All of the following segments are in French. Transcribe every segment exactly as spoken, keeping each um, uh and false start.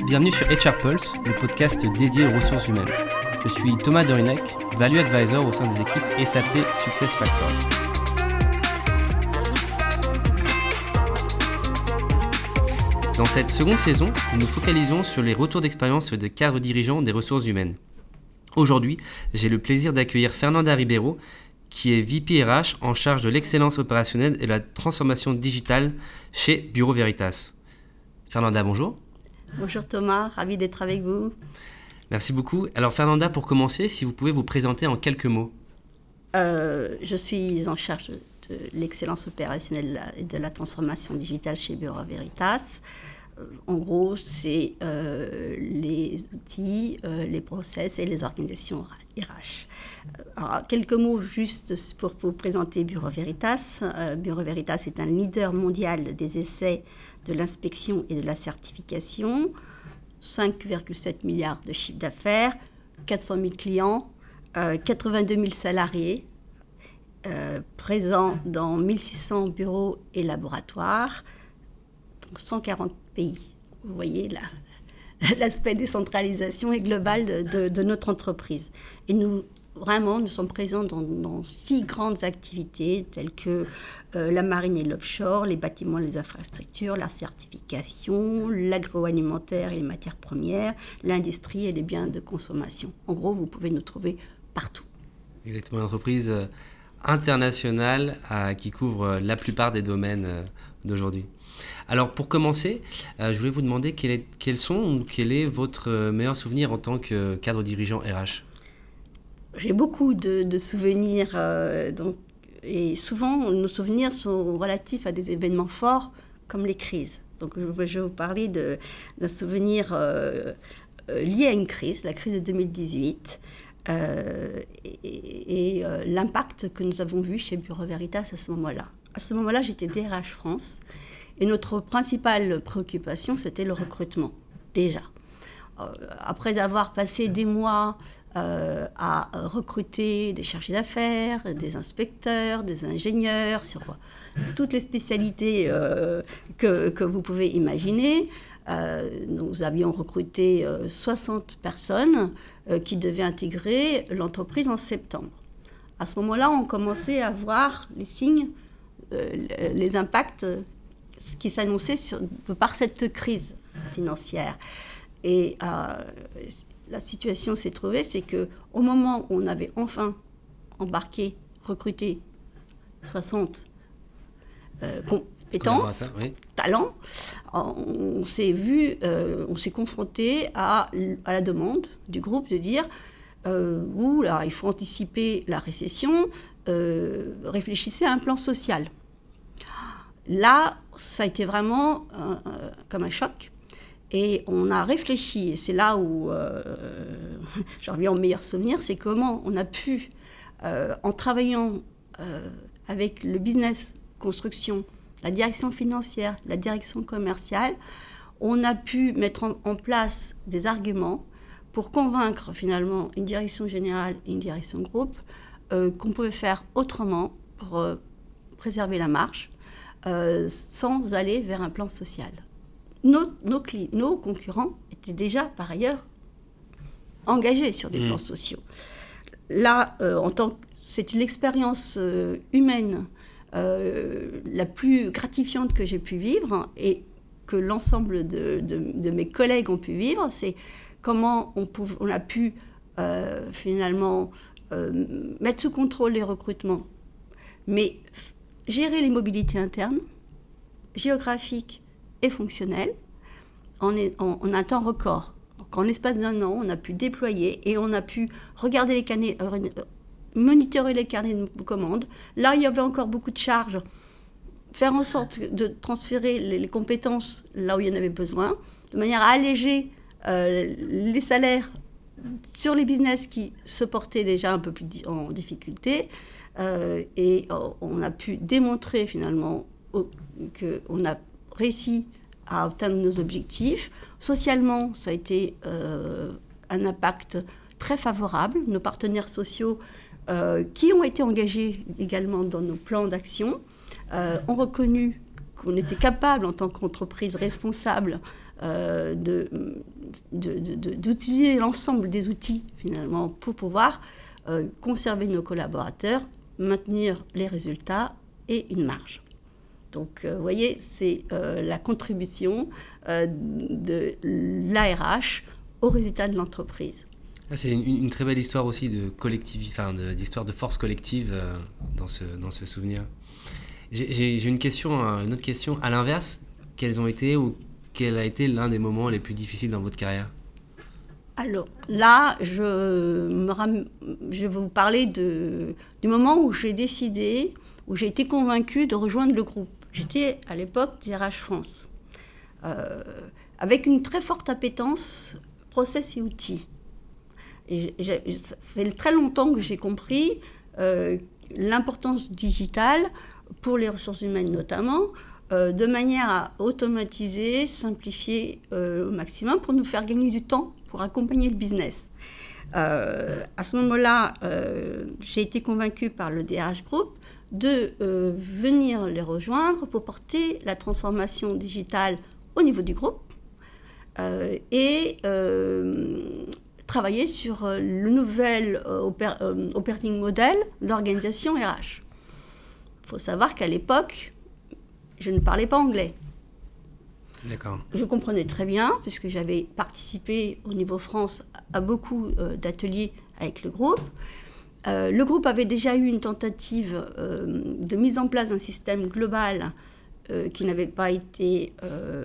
Bienvenue sur H R Pulse, le podcast dédié aux ressources humaines. Je suis Thomas Dorinek, Value Advisor au sein des équipes S A P SuccessFactors. Dans cette seconde saison, nous nous focalisons sur les retours d'expérience de cadres dirigeants des ressources humaines. Aujourd'hui, j'ai le plaisir d'accueillir Fernanda Ribeiro, qui est V P R H en charge de l'excellence opérationnelle et de la transformation digitale chez Bureau Veritas. Fernanda, bonjour. Bonjour Thomas, ravi d'être avec vous. Merci beaucoup. Alors Fernanda, pour commencer, si vous pouvez vous présenter en quelques mots. Euh, je suis en charge de l'excellence opérationnelle et de la transformation digitale chez Bureau Veritas. Euh, en gros, c'est euh, les outils, euh, les process et les organisations R H. Alors, quelques mots juste pour vous présenter Bureau Veritas. Euh, Bureau Veritas est un leader mondial des essais, de l'inspection et de la certification. cinq virgule sept milliards de chiffre d'affaires, quatre cent mille clients, euh, quatre-vingt-deux mille salariés, euh, présents dans mille six cents bureaux et laboratoires, dans cent quarante pays. Vous voyez là, l'aspect décentralisation et global de, de, de notre entreprise. Et nous, vraiment, nous sommes présents dans, dans six grandes activités telles que euh, la marine et l'offshore, les bâtiments et les infrastructures, la certification, l'agroalimentaire et les matières premières, l'industrie et les biens de consommation. En gros, vous pouvez nous trouver partout. Exactement, une entreprise euh, internationale euh, qui couvre euh, la plupart des domaines euh, d'aujourd'hui. Alors pour commencer, euh, je voulais vous demander quel est, quels sont ou quel est votre euh, meilleur souvenir en tant que cadre dirigeant R H ? J'ai beaucoup de, de souvenirs, euh, donc, et souvent nos souvenirs sont relatifs à des événements forts comme les crises. Donc je, je vais vous parler de, d'un souvenir euh, euh, lié à une crise, la crise de deux mille dix-huit, euh, et, et euh, l'impact que nous avons vu chez Bureau Veritas à ce moment-là. À ce moment-là, j'étais D R H France, et notre principale préoccupation, c'était le recrutement, déjà. Euh, après avoir passé des mois Euh, à recruter des chargés d'affaires, des inspecteurs, des ingénieurs, sur toutes les spécialités euh, que, que vous pouvez imaginer. Euh, nous avions recruté euh, soixante personnes euh, qui devaient intégrer l'entreprise en septembre. À ce moment-là, on commençait à voir les signes, euh, les impacts qui s'annonçaient sur, par cette crise financière. Et euh, la situation s'est trouvée, c'est qu'au moment où on avait enfin embarqué, recruté soixante euh, compétences, oui. talents, on s'est vu, euh, on s'est confronté à, à la demande du groupe de dire euh, « Ouh là, il faut anticiper la récession, euh, réfléchissez à un plan social ». Là, ça a été vraiment euh, euh, comme un choc. Et on a réfléchi, et c'est là où euh, j'en reviens au meilleur souvenir, c'est comment on a pu, euh, en travaillant euh, avec le business construction, la direction financière, la direction commerciale, on a pu mettre en, en place des arguments pour convaincre finalement une direction générale et une direction groupe euh, qu'on pouvait faire autrement pour euh, préserver la marge euh, sans aller vers un plan social. Nos, nos, cli- nos concurrents étaient déjà, par ailleurs, engagés sur des mmh. plans sociaux. Là, euh, en tant que, c'est une expérience euh, humaine euh, la plus gratifiante que j'ai pu vivre et que l'ensemble de, de, de mes collègues ont pu vivre. C'est comment on, pou- on a pu euh, finalement euh, mettre sous contrôle les recrutements, mais f- gérer les mobilités internes, géographiques, et fonctionnel en, en, en un temps record. Donc, en l'espace d'un an, on a pu déployer et on a pu regarder les carnets, euh, monitorer les carnets de commandes. Là, il y avait encore beaucoup de charges. Faire en sorte de transférer les, les compétences là où il y en avait besoin, de manière à alléger euh, les salaires sur les business qui se portaient déjà un peu plus di- en difficulté. Euh, et euh, on a pu démontrer finalement oh, qu'on a réussi à atteindre nos objectifs. Socialement, ça a été euh, un impact très favorable. Nos partenaires sociaux euh, qui ont été engagés également dans nos plans d'action euh, ont reconnu qu'on était capable, en tant qu'entreprise responsable, euh, de de, de, de, d'utiliser l'ensemble des outils, finalement, pour pouvoir euh, conserver nos collaborateurs, maintenir les résultats et une marge. Donc, vous euh, voyez, c'est euh, la contribution euh, de l'A R H au résultat de l'entreprise. Ah, c'est une, une très belle histoire aussi de collectivité, enfin de, d'histoire de force collective euh, dans, ce, dans ce souvenir. J'ai, j'ai, j'ai une question, une autre question. À l'inverse, quels ont été ou quel a été l'un des moments les plus difficiles dans votre carrière ? Alors là, je, me ram... je vais vous parler de, du moment où j'ai décidé, où j'ai été convaincue de rejoindre le groupe. J'étais à l'époque D R H France, euh, avec une très forte appétence process et outils. Et j'ai, ça fait très longtemps que j'ai compris euh, l'importance digitale pour les ressources humaines notamment, euh, de manière à automatiser, simplifier euh, au maximum pour nous faire gagner du temps, pour accompagner le business. Euh, à ce moment-là, euh, j'ai été convaincue par le D R H Group de euh, venir les rejoindre pour porter la transformation digitale au niveau du groupe euh, et euh, travailler sur euh, le nouvel euh, opé- euh, operating model d'organisation R H. Il faut savoir qu'à l'époque, je ne parlais pas anglais. D'accord. Je comprenais très bien, puisque j'avais participé au niveau France à beaucoup euh, d'ateliers avec le groupe. Euh, le groupe avait déjà eu une tentative euh, de mise en place d'un système global euh, qui n'avait pas été euh,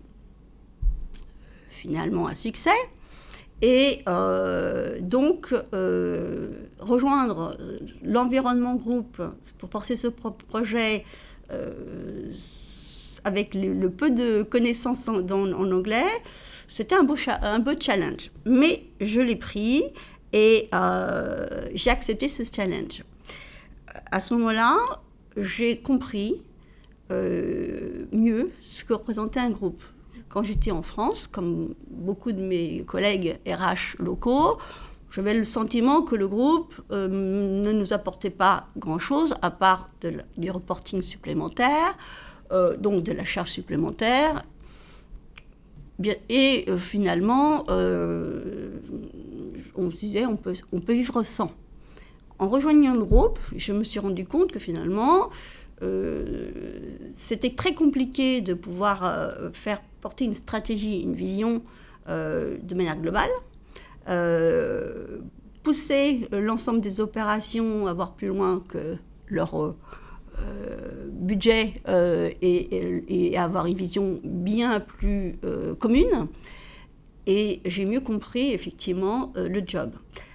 finalement un succès. Et euh, donc, euh, rejoindre l'environnement groupe pour porter ce projet euh, avec le, le peu de connaissances en, dans, en anglais, c'était un beau, un beau challenge. Mais je l'ai pris et euh, j'ai accepté ce challenge. À ce moment-là, j'ai compris euh, mieux ce que représentait un groupe. Quand j'étais en France, comme beaucoup de mes collègues R H locaux, j'avais le sentiment que le groupe euh, ne nous apportait pas grand-chose, à part de la, du reporting supplémentaire, euh, donc de la charge supplémentaire. Bien, et euh, finalement, euh, on se disait on peut, on peut vivre sans. En rejoignant le groupe, je me suis rendu compte que finalement, euh, c'était très compliqué de pouvoir euh, faire porter une stratégie, une vision euh, de manière globale, euh, pousser l'ensemble des opérations à voir plus loin que leur euh, budget euh, et, et, et avoir une vision bien plus euh, commune. Et j'ai mieux compris effectivement euh, le job.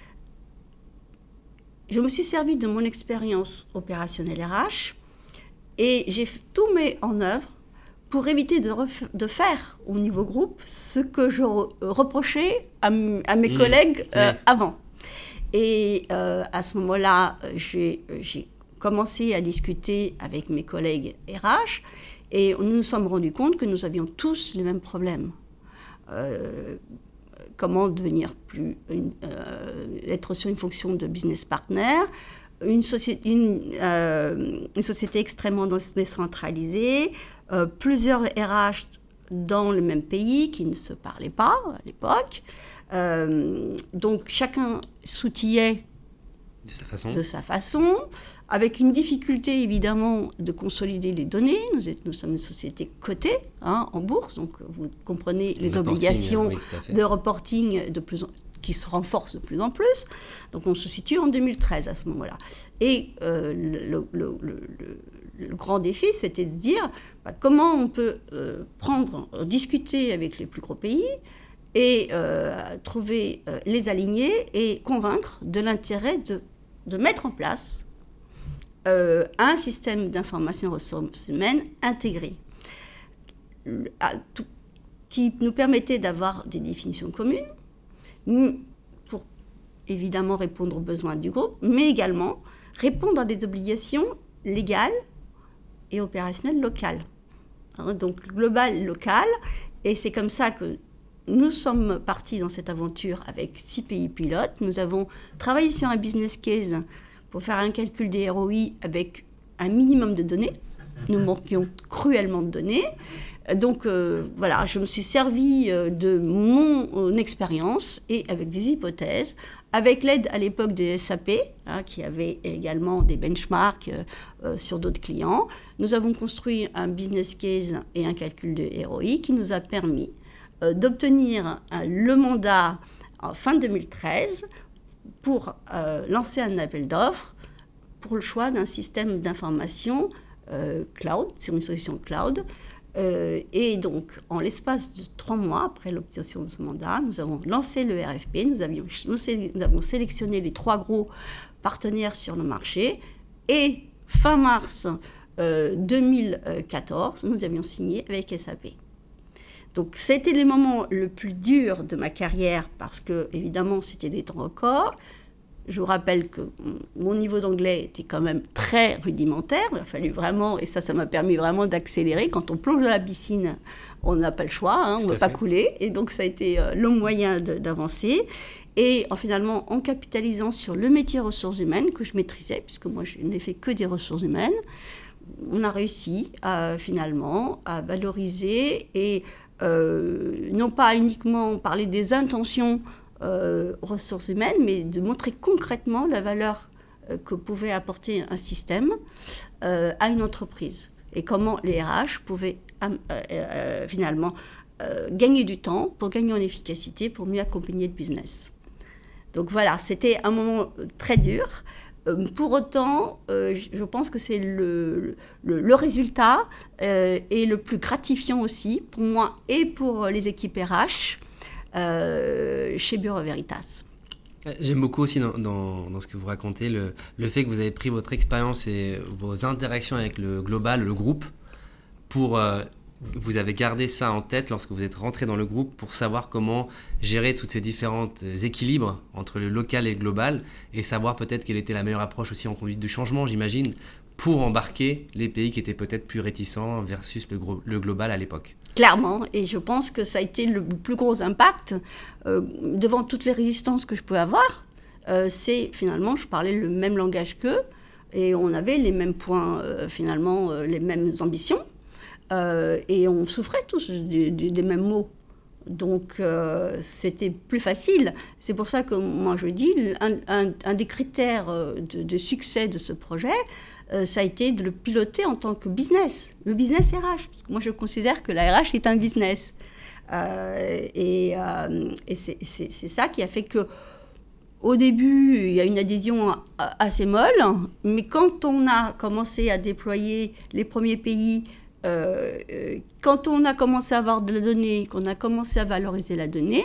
Je me suis servi de mon expérience opérationnelle R H et j'ai tout mis en œuvre pour éviter de, ref- de faire au niveau groupe ce que je re- reprochais à, m- à mes mmh. collègues euh, mmh. avant. Et euh, à ce moment-là, j'ai, j'ai commencé à discuter avec mes collègues R H et nous nous sommes rendus compte que nous avions tous les mêmes problèmes. Euh, comment devenir plus, une, euh, être sur une fonction de business partner, une société, une, euh, une société extrêmement décentralisée, euh, plusieurs R H dans le même pays qui ne se parlaient pas à l'époque. Euh, donc chacun s'outillait de sa façon. de sa façon, avec une difficulté évidemment de consolider les données. Nous, êtes, nous sommes une société cotée hein, en bourse, donc vous comprenez les reporting, obligations oui, de reporting de plus en, qui se renforcent de plus en plus. Donc on se situe en deux mille treize à ce moment-là. Et euh, le, le, le, le, le grand défi, c'était de se dire bah, comment on peut euh, prendre, discuter avec les plus gros pays et euh, trouver euh, les alignés et convaincre de l'intérêt de, de mettre en place euh, un système d'information ressources humaines intégré à, tout, qui nous permettait d'avoir des définitions communes pour évidemment répondre aux besoins du groupe, mais également répondre à des obligations légales et opérationnelles locales. Hein, donc global, local, et c'est comme ça que nous sommes partis dans cette aventure avec six pays pilotes. Nous avons travaillé sur un business case pour faire un calcul des R O I avec un minimum de données. Nous manquions cruellement de données. Donc euh, voilà, je me suis servi euh, de mon euh, expérience et avec des hypothèses, avec l'aide à l'époque des S A P, hein, qui avait également des benchmarks euh, euh, sur d'autres clients. Nous avons construit un business case et un calcul de R O I qui nous a permis euh, d'obtenir euh, le mandat en fin deux mille treize pour euh, lancer un appel d'offres pour le choix d'un système d'information euh, cloud, sur une solution cloud. Euh, et donc, en l'espace de trois mois après l'obtention de ce mandat, nous avons lancé le R F P, nous, avions, nous avons sélectionné les trois gros partenaires sur le marché, et fin mars euh, deux mille quatorze, nous avions signé avec S A P. Donc, c'était le moment le plus dur de ma carrière, parce que, évidemment, c'était des temps records. Je vous rappelle que mon niveau d'anglais était quand même très rudimentaire. Il a fallu vraiment, et ça, ça m'a permis vraiment d'accélérer. Quand on plonge dans la piscine, on n'a pas le choix, hein, on ne va pas couler. Et donc, ça a été euh, le moyen de, d'avancer. Et en, finalement, en capitalisant sur le métier ressources humaines que je maîtrisais, puisque moi, je n'ai fait que des ressources humaines, on a réussi à, finalement à valoriser et euh, non pas uniquement parler des intentions Euh, ressources humaines, mais de montrer concrètement la valeur euh, que pouvait apporter un système euh, à une entreprise et comment les R H pouvaient euh, euh, finalement euh, gagner du temps pour gagner en efficacité, pour mieux accompagner le business. Donc voilà, c'était un moment très dur. Euh, pour autant, euh, je pense que c'est le, le, le résultat euh, est le plus gratifiant aussi pour moi et pour les équipes R H. Euh, chez Bureau Veritas. J'aime beaucoup aussi dans, dans, dans ce que vous racontez le, le fait que vous avez pris votre expérience et vos interactions avec le global, le groupe, pour euh, vous avez gardé ça en tête lorsque vous êtes rentré dans le groupe pour savoir comment gérer toutes ces différentes équilibres entre le local et le global et savoir peut-être quelle était la meilleure approche aussi en conduite du changement, j'imagine, pour embarquer les pays qui étaient peut-être plus réticents versus le, gros, le global à l'époque. Clairement, et je pense que ça a été le plus gros impact euh, devant toutes les résistances que je pouvais avoir. Euh, c'est finalement, je parlais le même langage qu'eux et on avait les mêmes points, euh, finalement, euh, les mêmes ambitions euh, et on souffrait tous du, du, des mêmes maux. Donc, euh, c'était plus facile. C'est pour ça que moi, je dis, un, un, un des critères de, de succès de ce projet, euh, ça a été de le piloter en tant que business, le business R H. Parce que moi, je considère que la R H est un business. Euh, et euh, et c'est, c'est, c'est ça qui a fait que, au début, il y a une adhésion assez molle, mais quand on a commencé à déployer les premiers pays, Euh, euh, quand on a commencé à avoir de la donnée, qu'on a commencé à valoriser la donnée,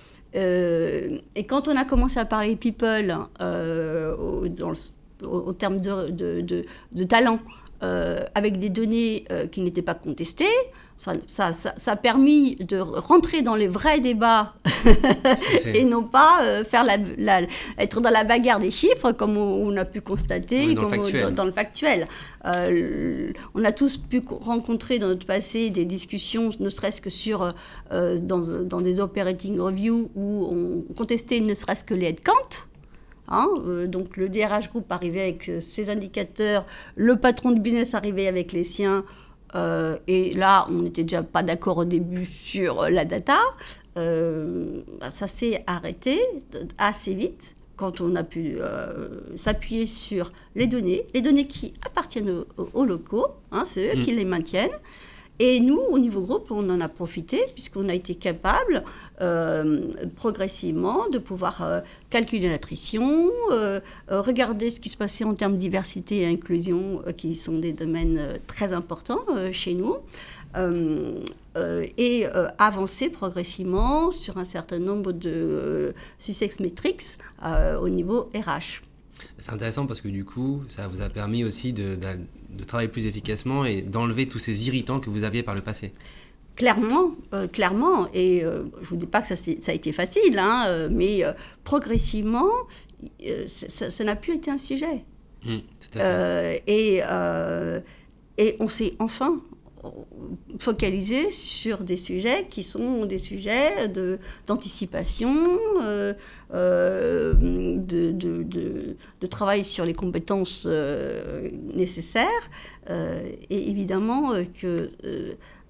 euh, et quand on a commencé à parler people euh, au, dans le, au, au terme de, de, de, de talent, euh, avec des données euh, qui n'étaient pas contestées, ça, ça, ça, ça a permis de rentrer dans les vrais débats et non pas euh, faire la, la, être dans la bagarre des chiffres comme on, on a pu constater dans, comme le dans, dans le factuel. Euh, on a tous pu rencontrer dans notre passé des discussions, ne serait-ce que sur, euh, dans, dans des operating reviews où on contestait ne serait-ce que les headcounts. Hein, euh, donc le D R H Group arrivait avec ses indicateurs, le patron de business arrivait avec les siens. Euh, et là, on n'était déjà pas d'accord au début sur la data. Euh, ça s'est arrêté assez vite quand on a pu euh, s'appuyer sur les données, les données qui appartiennent aux, aux locaux, hein, c'est eux mmh. qui les maintiennent. Et nous, au niveau groupe, on en a profité puisqu'on a été capable euh, progressivement de pouvoir euh, calculer l'attrition, euh, euh, regarder ce qui se passait en termes de diversité et inclusion, euh, qui sont des domaines euh, très importants euh, chez nous, euh, euh, et euh, avancer progressivement sur un certain nombre de euh, success metrics euh, au niveau R H. C'est intéressant parce que du coup, ça vous a permis aussi de, de, de travailler plus efficacement et d'enlever tous ces irritants que vous aviez par le passé. Clairement, euh, clairement. Et euh, je ne vous dis pas que ça, ça a été facile, hein, euh, mais euh, progressivement, euh, ça, ça n'a plus été un sujet. Mmh, tout à fait. Euh, et, euh, et on s'est enfin focalisé sur des sujets qui sont des sujets de, d'anticipation, euh, euh, de, de, de, de travail sur les compétences euh, nécessaires. Euh, et évidemment euh, que euh,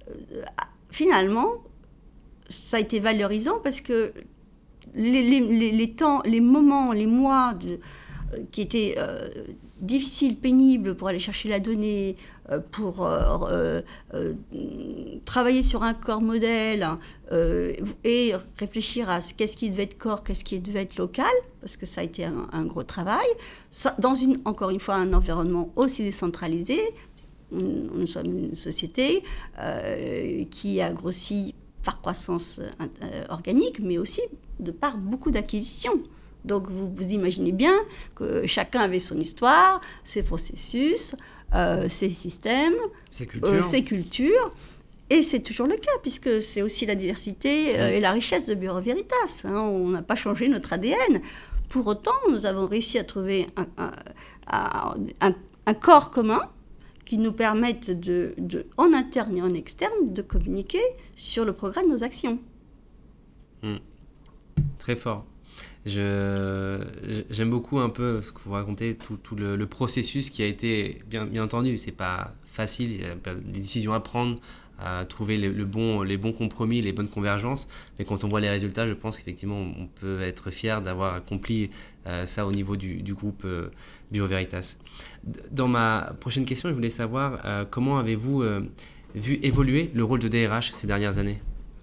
euh, finalement, ça a été valorisant parce que les, les, les, les temps, les moments, les mois de, euh, qui étaient euh, difficiles, pénibles pour aller chercher la donnée, euh, pour euh, euh, travailler sur un corps modèle euh, et réfléchir à ce, qu'est-ce qui devait être corps, qu'est-ce qui devait être local, parce que ça a été un, un gros travail, dans une, encore une fois un environnement aussi décentralisé. Nous sommes une société euh, qui a grossi par croissance euh, organique, mais aussi de par beaucoup d'acquisitions. Donc vous, vous imaginez bien que chacun avait son histoire, ses processus, euh, ses systèmes, ses cultures. Euh, ses cultures. Et c'est toujours le cas, puisque c'est aussi la diversité euh, et la richesse de Bureau Veritas. Hein. On n'a pas changé notre A D N. Pour autant, nous avons réussi à trouver un, un, un, un corps commun qui nous permettent, de, de, en interne et en externe, de communiquer sur le progrès de nos actions. Mmh. Très fort. Je, j'aime beaucoup un peu ce que vous racontez, tout, tout le, le processus qui a été, bien, bien entendu, c'est pas facile, il y a des décisions à prendre, à trouver le, le bon, les bons compromis, les bonnes convergences, mais quand on voit les résultats, je pense qu'effectivement, on peut être fier d'avoir accompli euh, ça au niveau du, du groupe euh, Bureau Veritas. Dans ma prochaine question, je voulais savoir euh, comment avez-vous euh, vu évoluer le rôle de D R H ces dernières années ?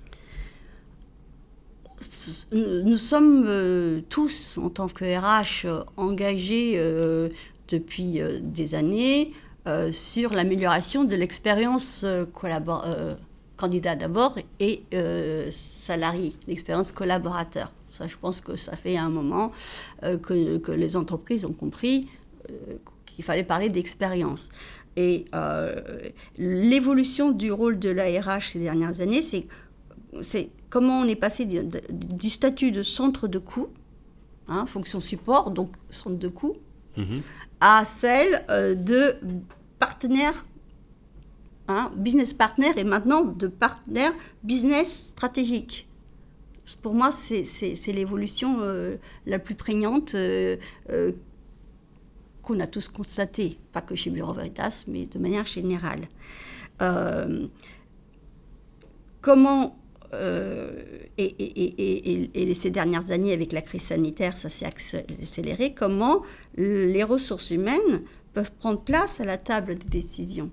Nous sommes euh, tous, en tant que R H, euh, engagés euh, depuis euh, des années euh, sur l'amélioration de l'expérience euh, collabor- euh, candidat d'abord et euh, salarié, l'expérience collaborateur. Ça, je pense que ça fait un moment euh, que, que les entreprises ont compris euh, qu'il fallait parler d'expérience. Et euh, l'évolution du rôle de l'A R H ces dernières années, c'est, c'est comment on est passé du, du statut de centre de coût, hein, fonction support, donc centre de coût, mmh. à celle euh, de partenaire, hein, business partner, et maintenant de partenaire business stratégique. Pour moi, c'est, c'est, c'est l'évolution euh, la plus prégnante euh, euh, qu'on a tous constatée, pas que chez Bureau Veritas, mais de manière générale. Euh, comment Euh, et, et, et, et, et ces dernières années, avec la crise sanitaire, ça s'est accéléré. Comment les ressources humaines peuvent prendre place à la table des décisions.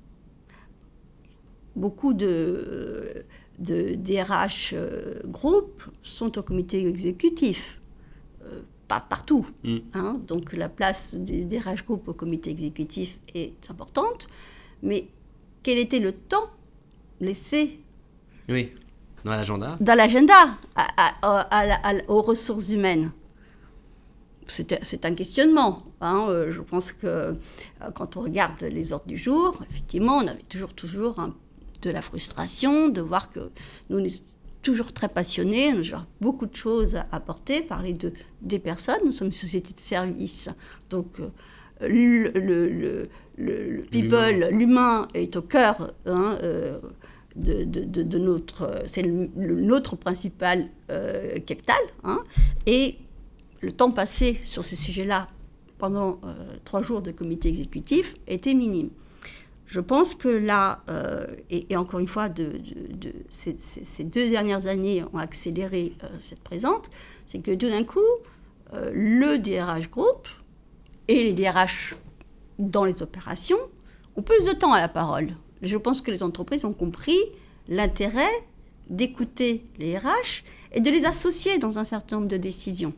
Beaucoup de, de D R H euh, groupes sont au comité exécutif, euh, pas partout. Mm. Hein, donc la place du D R H groupe au comité exécutif est importante. Mais quel était le temps laissé oui. Dans l'agenda Dans l'agenda, à, à, à, à, aux ressources humaines. C'est, c'est un questionnement. Hein. Euh, je pense que euh, quand on regarde les ordres du jour, effectivement, on avait toujours, toujours un, de la frustration de voir que nous, nous sommes toujours très passionnés, nous avons beaucoup de choses à apporter, parler de, des personnes. Nous sommes une société de service. Donc, euh, le, le, le, le people, l'humain, l'humain est au cœur. Hein, euh, De, de, de, de notre, c'est le, le, notre principal euh, capital, hein, et le temps passé sur ces sujets-là pendant euh, trois jours de comité exécutif était minime. Je pense que là, euh, et, et encore une fois, de, de, de, ces, ces, ces deux dernières années ont accéléré euh, cette présence, c'est que tout d'un coup, euh, le D R H Group et les D R H dans les opérations ont plus de temps à la parole. Je pense que les entreprises ont compris l'intérêt d'écouter les R H et de les associer dans un certain nombre de décisions.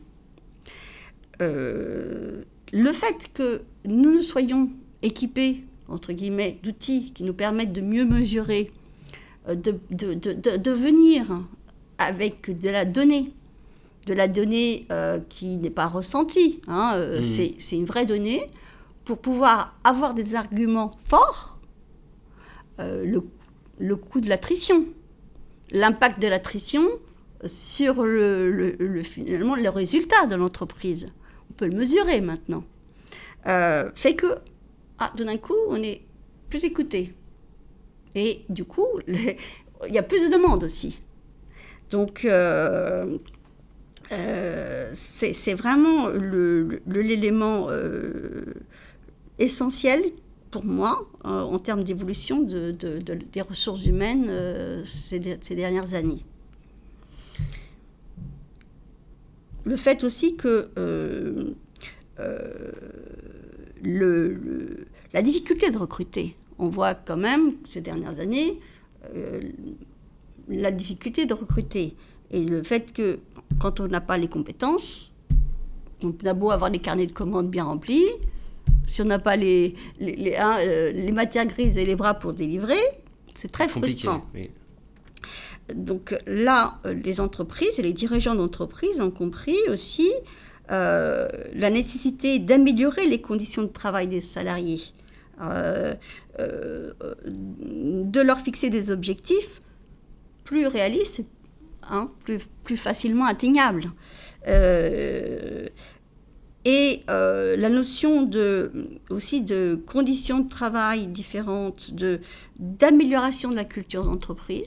Euh, le fait que nous soyons équipés, entre guillemets, d'outils qui nous permettent de mieux mesurer, de, de, de, de, de venir avec de la donnée, de la donnée euh, qui n'est pas ressentie, hein, euh, mmh. c'est, c'est une vraie donnée, pour pouvoir avoir des arguments forts. Euh, le, le coût de l'attrition, l'impact de l'attrition sur le, le, le, finalement, le résultat de l'entreprise. On peut le mesurer maintenant. Euh, fait que, ah, d'un coup, on est plus écouté. Et du coup, il y a plus de demandes aussi. Donc, euh, euh, c'est, c'est vraiment le, le, l'élément euh, essentiel pour moi, euh, en termes d'évolution de, de, de, des ressources humaines euh, ces, de, ces dernières années. Le fait aussi que euh, euh, le, le, la difficulté de recruter, on voit quand même ces dernières années euh, la difficulté de recruter et le fait que quand on n'a pas les compétences, on a beau avoir des carnets de commandes bien remplis, si on n'a pas les, les, les, hein, les matières grises et les bras pour délivrer, c'est très frustrant. Oui. Donc là, les entreprises et les dirigeants d'entreprises ont compris aussi euh, la nécessité d'améliorer les conditions de travail des salariés, euh, euh, de leur fixer des objectifs plus réalistes, hein, plus, plus facilement atteignables. Euh, et euh, la notion de, aussi de conditions de travail différentes, de, d'amélioration de la culture d'entreprise,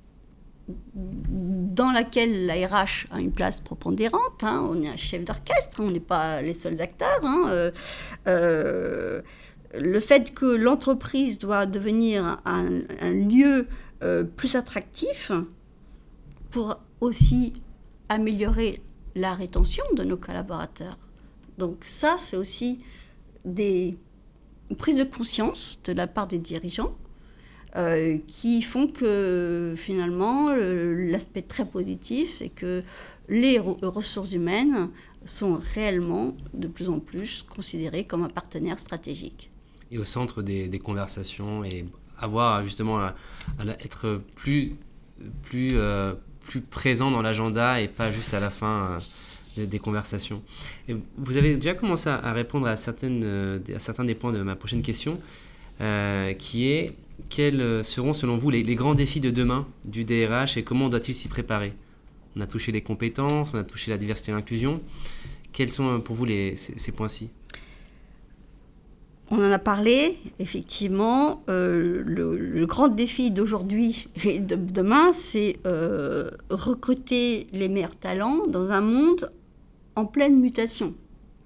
dans laquelle la R H a une place prépondérante. Hein, on est un chef d'orchestre, on n'est pas les seuls acteurs. Hein, euh, euh, le fait que l'entreprise doit devenir un, un lieu euh, plus attractif pour aussi améliorer la rétention de nos collaborateurs. Donc ça, c'est aussi des prises de conscience de la part des dirigeants euh, qui font que finalement, euh, l'aspect très positif, c'est que les re- ressources humaines sont réellement de plus en plus considérées comme un partenaire stratégique. Et au centre des, des conversations et avoir justement à, à être plus, plus, euh, plus présent dans l'agenda et pas juste à la fin... Euh, des conversations. Et vous avez déjà commencé à répondre à, certaines, à certains des points de ma prochaine question, euh, qui est quels seront selon vous les, les grands défis de demain du D R H et comment doit-il s'y préparer ? On a touché les compétences, on a touché la diversité et l'inclusion. Quels sont pour vous les, ces, ces points-ci ? On en a parlé, effectivement. Euh, le, le grand défi d'aujourd'hui et de demain, c'est euh, recruter les meilleurs talents dans un monde en pleine mutation.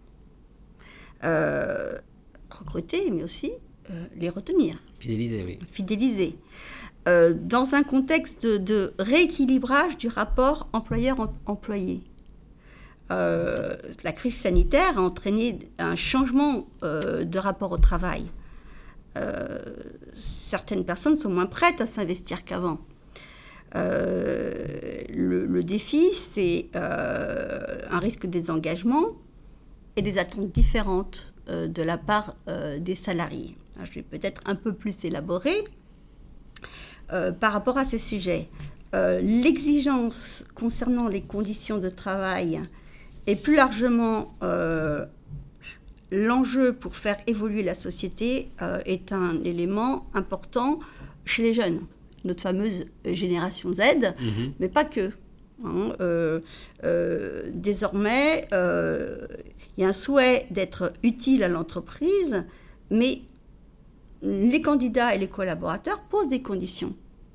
Euh, recruter, mais aussi euh, les retenir. Fidéliser, oui. Fidéliser. Euh, dans un contexte de, de rééquilibrage du rapport employeur-employé. Euh, la crise sanitaire a entraîné un changement euh, de rapport au travail. Euh, certaines personnes sont moins prêtes à s'investir qu'avant. Euh, le, le défi, c'est euh, un risque de désengagement et des attentes différentes euh, de la part euh, des salariés. Alors, je vais peut-être un peu plus élaborer euh, par rapport à ces sujets. Euh, l'exigence concernant les conditions de travail et plus largement euh, l'enjeu pour faire évoluer la société euh, est un élément important chez les jeunes. Notre fameuse génération Z, mmh. mais pas que. Hein, euh, euh, désormais, euh, il y a un souhait d'être utile à l'entreprise, mais les candidats et les collaborateurs posent des conditions.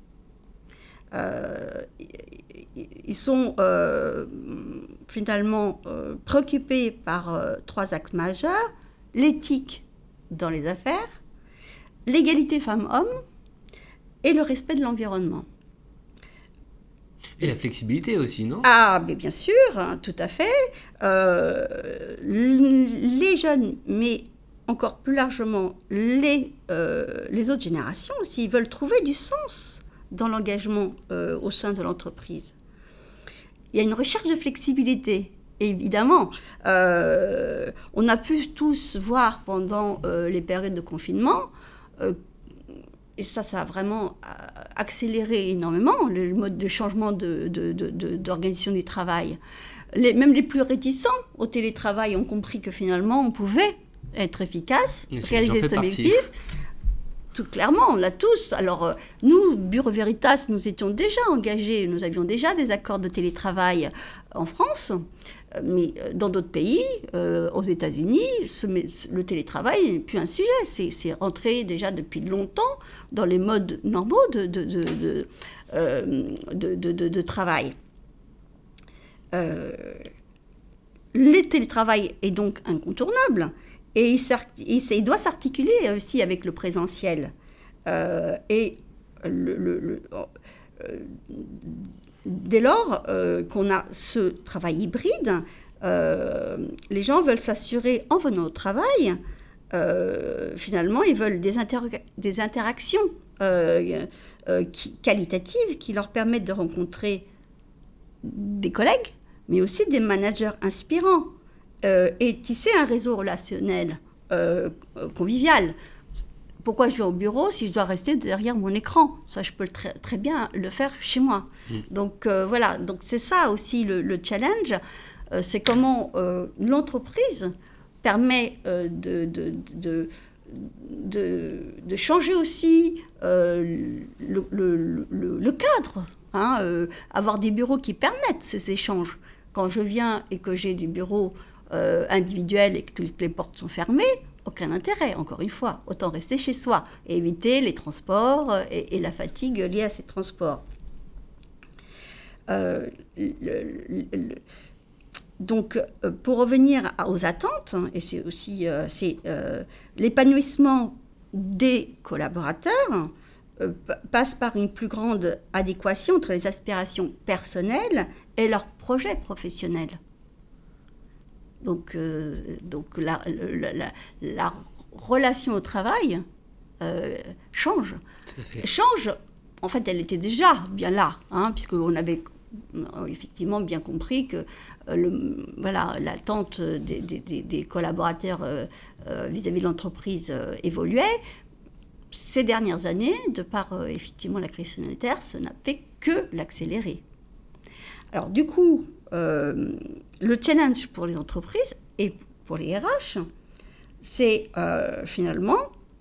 Euh, ils sont euh, finalement euh, préoccupés par euh, trois axes majeurs: l'éthique dans les affaires, l'égalité femmes-hommes, et le respect de l'environnement. Et la flexibilité aussi, non ? Ah, mais bien sûr, hein, tout à fait. Euh, les jeunes, mais encore plus largement les, euh, les autres générations aussi, ils veulent trouver du sens dans l'engagement euh, au sein de l'entreprise. Il y a une recherche de flexibilité. Évidemment, euh, on a pu tous voir pendant euh, les périodes de confinement euh, et ça, ça a vraiment accéléré énormément le mode de changement de, de, de, de, d'organisation du travail. Les, même les plus réticents au télétravail ont compris que finalement, on pouvait être efficace, et réaliser ses objectifs. Tout clairement, on l'a tous. Alors, euh, nous, Bureau Veritas, nous étions déjà engagés, nous avions déjà des accords de télétravail en France, euh, mais dans d'autres pays, euh, aux États-Unis, ce, le télétravail n'est plus un sujet. C'est, c'est rentré déjà depuis longtemps dans les modes normaux de, de, de, de, euh, de, de, de, de travail. Euh, le télétravail est donc incontournable. et il, il, il doit s'articuler aussi avec le présentiel. Euh, et le, le, le, euh, dès lors euh, qu'on a ce travail hybride, euh, les gens veulent s'assurer, en venant au travail, euh, finalement, ils veulent des, inter- des interactions euh, euh, qui, qualitatives qui leur permettent de rencontrer des collègues, mais aussi des managers inspirants, euh, et tisser un réseau relationnel euh, convivial. Pourquoi je vais au bureau si je dois rester derrière mon écran ? Ça, je peux très, très bien le faire chez moi. Mmh. Donc euh, voilà, donc c'est ça aussi le, le challenge, euh, c'est comment euh, l'entreprise permet euh, de, de, de, de, de changer aussi euh, le, le, le, le cadre, hein, euh, avoir des bureaux qui permettent ces échanges. Quand je viens et que j'ai des bureaux euh, individuels et que toutes les portes sont fermées, aucun intérêt, encore une fois. Autant rester chez soi et éviter les transports et, et la fatigue liée à ces transports. Euh, le, le, le, donc, pour revenir aux attentes, et c'est aussi euh, c'est, euh, l'épanouissement des collaborateurs euh, passe par une plus grande adéquation entre les aspirations personnelles et leurs projets professionnels. Donc, euh, donc la, la, la, la relation au travail euh, change. Tout à fait. Change, en fait, elle était déjà bien là, hein, puisqu'on avait effectivement bien compris que euh, le, voilà, l'attente des, des, des collaborateurs euh, euh, vis-à-vis de l'entreprise euh, évoluait. Ces dernières années, de par euh, effectivement la crise sanitaire, ça n'a fait que l'accélérer. Alors du coup, euh, le challenge pour les entreprises et pour les R H, c'est euh, finalement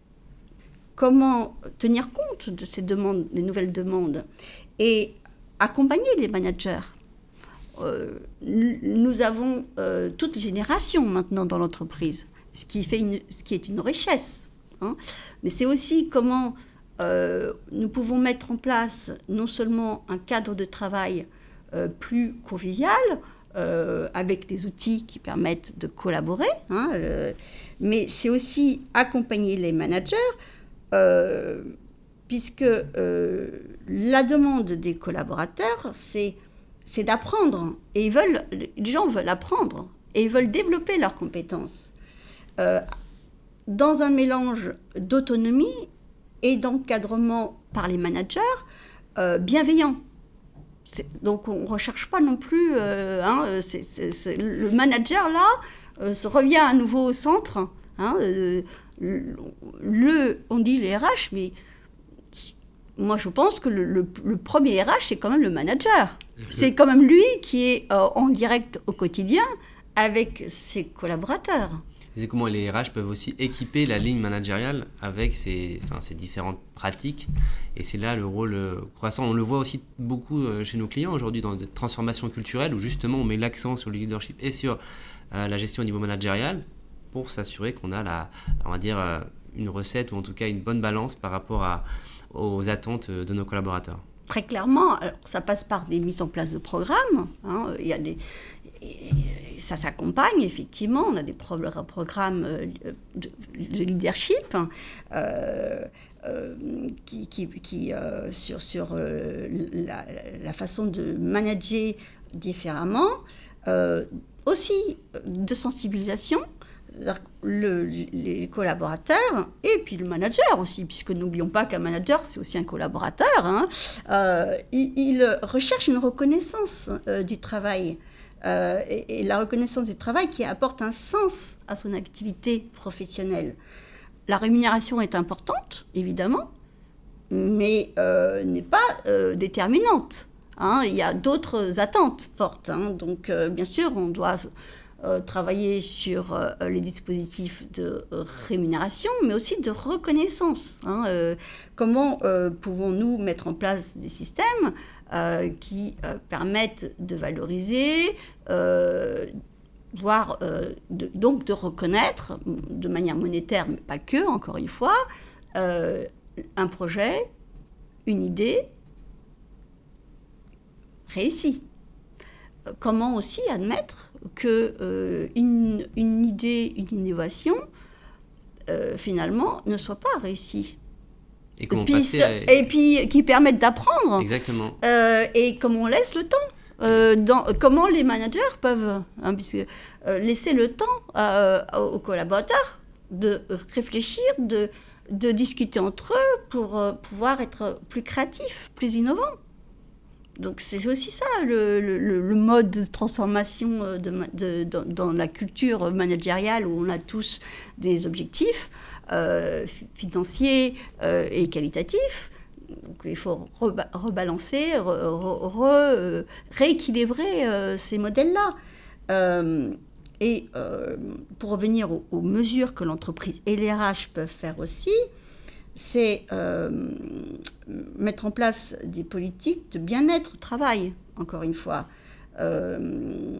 comment tenir compte de ces demandes, des nouvelles demandes, et accompagner les managers. Euh, nous avons euh, toute génération maintenant dans l'entreprise, ce qui, fait une, ce qui est une richesse. Hein. Mais c'est aussi comment euh, nous pouvons mettre en place non seulement un cadre de travail euh, plus convivial, euh, avec des outils qui permettent de collaborer, hein, euh, mais c'est aussi accompagner les managers, euh, puisque euh, la demande des collaborateurs, c'est, c'est d'apprendre. Et ils veulent, les gens veulent apprendre et ils veulent développer leurs compétences euh, dans un mélange d'autonomie et d'encadrement par les managers euh, bienveillant. C'est, donc on ne recherche pas non plus... Euh, hein, c'est, c'est, c'est, le manager, là, euh, se revient à nouveau au centre. Hein, euh, le, on dit les R H, mais... Moi, je pense que le, le, le premier R H, c'est quand même le manager. C'est quand même lui qui est euh, en direct au quotidien avec ses collaborateurs. C'est comment les R H peuvent aussi équiper la ligne managériale avec ces, enfin, ces différentes pratiques. Et c'est là le rôle euh, croissant. On le voit aussi beaucoup euh, chez nos clients aujourd'hui dans des transformations culturelles où justement on met l'accent sur le leadership et sur euh, la gestion au niveau managérial pour s'assurer qu'on a la, on va dire, euh, une recette ou en tout cas une bonne balance par rapport à aux attentes de nos collaborateurs. Très clairement, alors, ça passe par des mises en place de programmes. Hein, il y a des, ça s'accompagne, effectivement. On a des pro- programmes de, de leadership euh, euh, qui, qui, qui, euh, sur, sur euh, la, la façon de manager différemment. Euh, aussi de sensibilisation. Le, les collaborateurs et puis le manager aussi, puisque n'oublions pas qu'un manager, c'est aussi un collaborateur. Hein. Euh, il, il recherche une reconnaissance euh, du travail euh, et, et la reconnaissance du travail qui apporte un sens à son activité professionnelle. La rémunération est importante, évidemment, mais euh, n'est pas euh, déterminante. Hein. Il y a d'autres attentes fortes. Hein. Donc, euh, bien sûr, on doit... Euh, travailler sur euh, les dispositifs de euh, rémunération, mais aussi de reconnaissance. Hein, euh, comment euh, pouvons-nous mettre en place des systèmes euh, qui euh, permettent de valoriser, euh, voire euh, de, donc de reconnaître de manière monétaire, mais pas que, encore une fois, euh, un projet, une idée réussie. comment aussi admettre que euh, une, une idée, une innovation, euh, finalement, ne soit pas réussie. Et, comment et, puis, passer à... et puis qui permettent d'apprendre. Exactement. Euh, et comment on laisse le temps. Euh, dans, comment les managers peuvent hein, puisque, euh, laisser le temps euh, aux collaborateurs de réfléchir, de, de discuter entre eux pour euh, pouvoir être plus créatifs, plus innovants. Donc c'est aussi ça le, le, le mode de transformation de, de, de, dans la culture managériale où on a tous des objectifs euh, financiers euh, et qualitatifs. Donc, il faut reba- rebalancer, re, re, re, euh, rééquilibrer euh, ces modèles-là. Euh, et euh, pour revenir aux, aux mesures que l'entreprise et les R H peuvent faire aussi, c'est euh, mettre en place des politiques de bien-être au travail, encore une fois. Euh,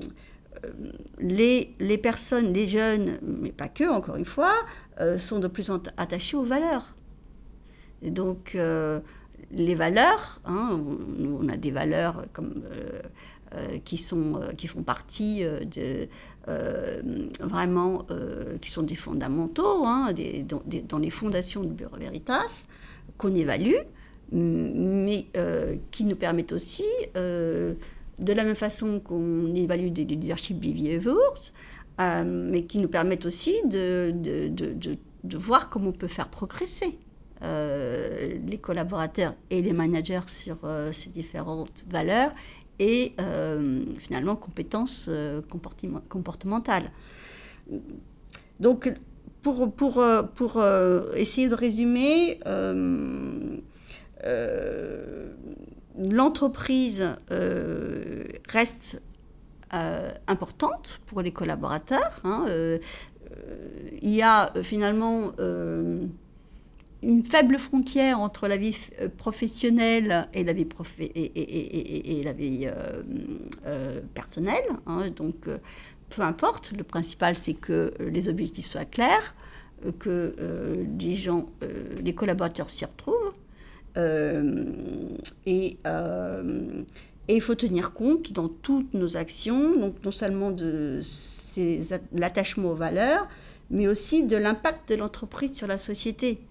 les, les personnes, les jeunes, mais pas que, encore une fois, euh, sont de plus en plus attachés aux valeurs. Et donc, euh, les valeurs, hein, on, on a des valeurs comme, euh, euh, qui, sont, euh, qui font partie euh, de, euh, vraiment, euh, qui sont des fondamentaux, hein, des, dans, des, dans les fondations du Bureau Veritas, qu'on évalue, mais euh, qui nous permettent aussi, euh, de la même façon qu'on évalue des leadership behaviors, euh, mais qui nous permettent aussi de, de, de, de, de voir comment on peut faire progresser Euh, les collaborateurs et les managers sur euh, ces différentes valeurs et euh, finalement compétences euh, comportementales. Donc pour, pour, pour euh, essayer de résumer, euh, euh, l'entreprise euh, reste euh, importante pour les collaborateurs. Hein, euh, euh, il y a euh, finalement euh, une faible frontière entre la vie professionnelle et la vie, profé- et, et, et, et, et la vie euh, euh, personnelle. Hein. Donc, euh, peu importe, le principal, c'est que les objectifs soient clairs, euh, que euh, les gens, euh, les collaborateurs s'y retrouvent. Euh, et, euh, et il faut tenir compte dans toutes nos actions, donc non seulement de ces, l'attachement aux valeurs, mais aussi de l'impact de l'entreprise sur la société.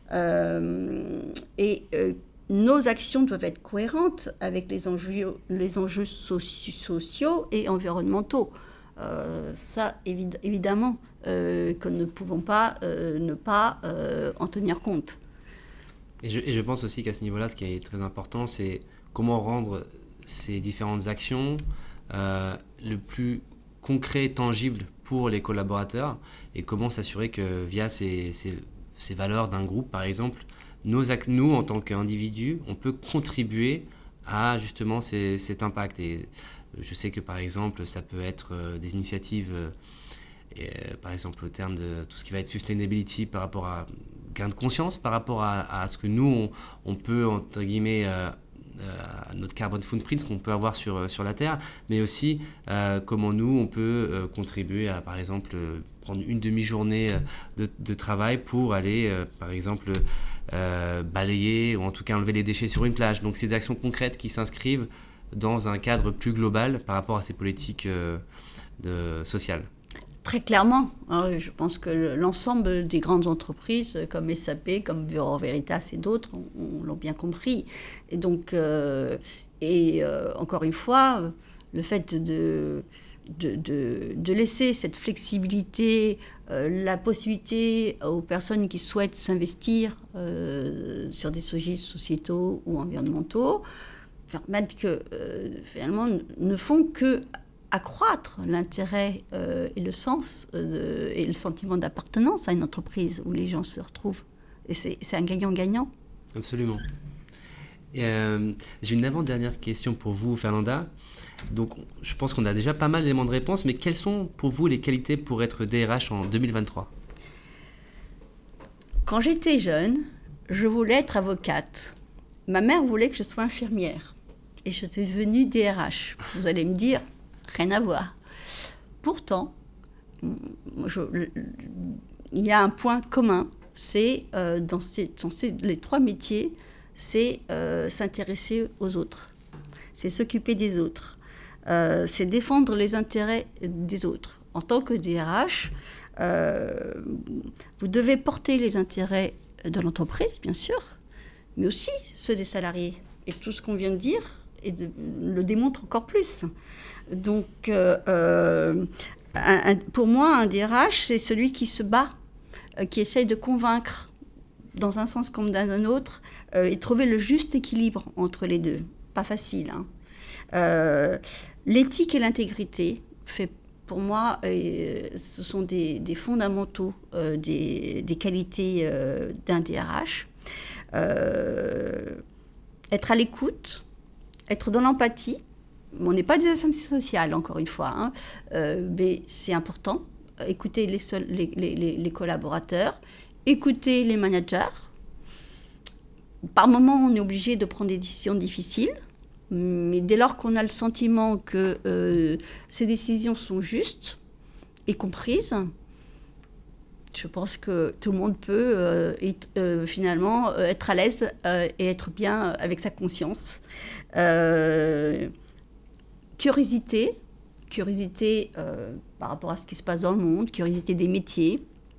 Euh, et euh, nos actions doivent être cohérentes avec les enjeux, les enjeux soci- sociaux et environnementaux. Euh, ça, évid- évidemment, euh, que nous ne pouvons pas euh, ne pas euh, en tenir compte. Et je, et je pense aussi qu'à ce niveau-là, ce qui est très important, c'est comment rendre ces différentes actions euh, le plus concret et tangible pour les collaborateurs et comment s'assurer que via ces, ces ces valeurs d'un groupe, par exemple, nos, nous, en tant qu'individus, on peut contribuer à justement ces, cet impact. Et je sais que, par exemple, ça peut être euh, des initiatives, euh, et, euh, par exemple, au terme de tout ce qui va être sustainability par rapport à gain de conscience, par rapport à, à ce que nous, on, on peut, entre guillemets, euh, euh, notre carbon footprint qu'on peut avoir sur, sur la Terre, mais aussi euh, comment nous, on peut euh, contribuer à, par exemple, euh, prendre une demi-journée de, de travail pour aller, euh, par exemple, euh, balayer ou en tout cas enlever les déchets sur une plage. Donc, c'est des actions concrètes qui s'inscrivent dans un cadre plus global par rapport à ces politiques euh, de, sociales. Très clairement, hein, je pense que l'ensemble des grandes entreprises comme S A P, comme Bureau Veritas et d'autres, on, on l'ont bien compris. Et donc, euh, et euh, encore une fois, le fait de, de, de, de laisser cette flexibilité, euh, la possibilité aux personnes qui souhaitent s'investir euh, sur des sujets sociétaux ou environnementaux, permettre que euh, finalement ne font que accroître l'intérêt euh, et le sens euh, et le sentiment d'appartenance à une entreprise où les gens se retrouvent. Et c'est, c'est un gagnant-gagnant. Absolument. Et, euh, j'ai une avant-dernière question pour vous, Fernanda. Donc, je pense qu'on a déjà pas mal d'éléments de réponse, mais quelles sont pour vous les qualités pour être D R H en deux mille vingt-trois ? Quand j'étais jeune, je voulais être avocate. Ma mère voulait que je sois infirmière. Et je suis devenue D R H. Vous allez me dire, rien à voir. Pourtant, je, il y a un point commun, c'est euh, dans, ces, dans ces, les trois métiers, c'est euh, s'intéresser aux autres, c'est s'occuper des autres. euh, c'est défendre les intérêts des autres. En tant que D R H, euh, vous devez porter les intérêts de l'entreprise, bien sûr, mais aussi ceux des salariés. Et tout ce qu'on vient de dire et de, le démontre encore plus. Donc, euh, euh, un, un, pour moi, un D R H, c'est celui qui se bat, euh, qui essaye de convaincre dans un sens comme dans un autre, euh, et trouver le juste équilibre entre les deux. Pas facile, hein. Euh, l'éthique et l'intégrité, fait, pour moi, euh, ce sont des, des fondamentaux euh, des, des qualités euh, d'un D R H. Euh, être à l'écoute, être dans l'empathie. On n'est pas des assistants sociaux, encore une fois, hein, euh, mais c'est important. Écouter les, seuls, les, les, les collaborateurs, écouter les managers. Par moments, on est obligé de prendre des décisions difficiles, mais dès lors qu'on a le sentiment que euh, ces décisions sont justes et comprises, je pense que tout le monde peut euh, être, euh, finalement euh, être à l'aise euh, et être bien avec sa conscience. Euh, curiosité, curiosité euh, par rapport à ce qui se passe dans le monde, curiosité des métiers,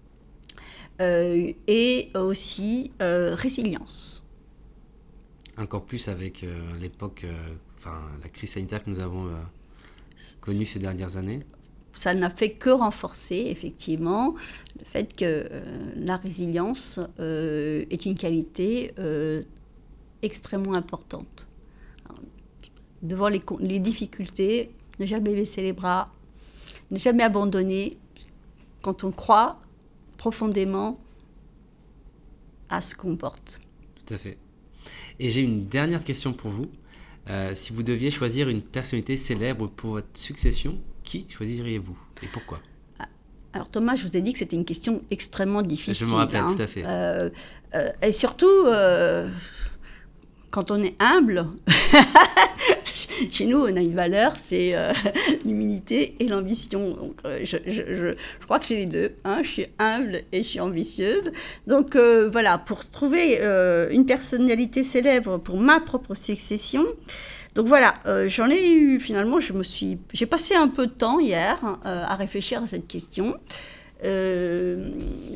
euh, et aussi euh, résilience. Encore plus avec euh, l'époque, euh, enfin la crise sanitaire que nous avons euh, connue ces dernières années. Ça n'a fait que renforcer, effectivement, le fait que euh, la résilience euh, est une qualité euh, extrêmement importante. Alors, devant les, les difficultés, ne jamais baisser les bras, ne jamais abandonner quand on croit profondément à ce qu'on porte. Tout à fait. Et j'ai une dernière question pour vous. Euh, si vous deviez choisir une personnalité célèbre pour votre succession, qui choisiriez-vous et pourquoi ? Alors Thomas, je vous ai dit que c'était une question extrêmement difficile. Je me rappelle, hein. tout à fait. Euh, euh, et surtout, euh, quand on est humble, chez nous, on a une valeur, c'est euh, l'humilité et l'ambition. Donc, euh, je, je, je, je crois que j'ai les deux. Hein. Je suis humble et je suis ambitieuse. Donc euh, voilà, pour trouver euh, une personnalité célèbre pour ma propre succession. Donc voilà, euh, j'en ai eu, finalement, je me suis, j'ai passé un peu de temps hier euh, à réfléchir à cette question. Euh,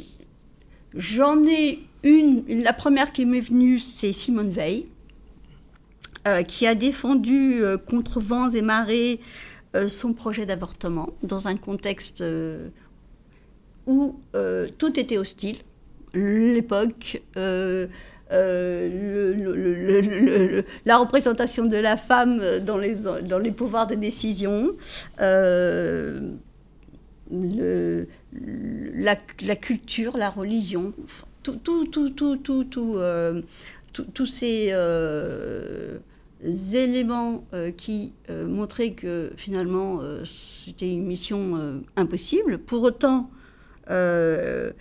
j'en ai une, la première qui m'est venue, c'est Simone Veil, euh, qui a défendu euh, contre vents et marées euh, son projet d'avortement dans un contexte euh, où euh, tout était hostile. L'époque... Euh, Euh, le, le, le, le, le, la représentation de la femme dans les, dans les pouvoirs de décision, euh, le, la, la culture, la religion, tout, tout, tout, tout, tout, tout, euh, tout, tous ces euh, éléments euh, qui euh, montraient que finalement euh, c'était une mission euh, impossible. Pour autant, euh,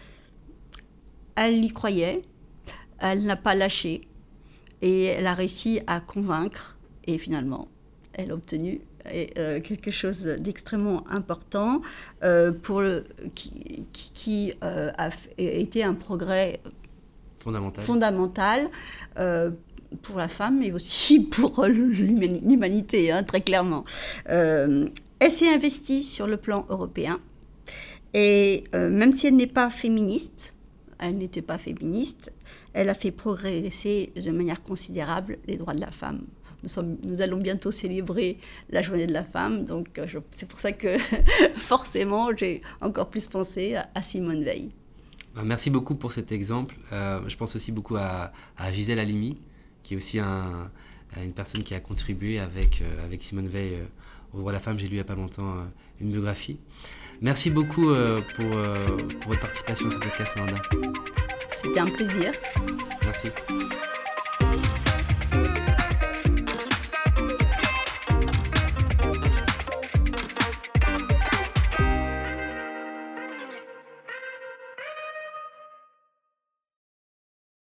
elle y croyait. Elle n'a pas lâché et elle a réussi à convaincre et finalement elle a obtenu euh, quelque chose d'extrêmement important euh, pour le, qui, qui, qui euh, a été un progrès fondamental, fondamental euh, pour la femme mais aussi pour l'humanité, hein, très clairement. Euh, elle s'est investie sur le plan européen et euh, même si elle n'est pas féministe, elle n'était pas féministe, elle a fait progresser de manière considérable les droits de la femme. Nous, sommes, nous allons bientôt célébrer la journée de la femme, donc je, c'est pour ça que forcément j'ai encore plus pensé à, à Simone Veil. Merci beaucoup pour cet exemple. Euh, je pense aussi beaucoup à, à Gisèle Halimi, qui est aussi un, une personne qui a contribué avec, euh, avec Simone Veil euh, au droit de la femme. J'ai lu il n'y a pas longtemps euh, une biographie. Merci beaucoup euh, pour, euh, pour votre participation à ce podcast, Amanda. C'était un plaisir. Merci.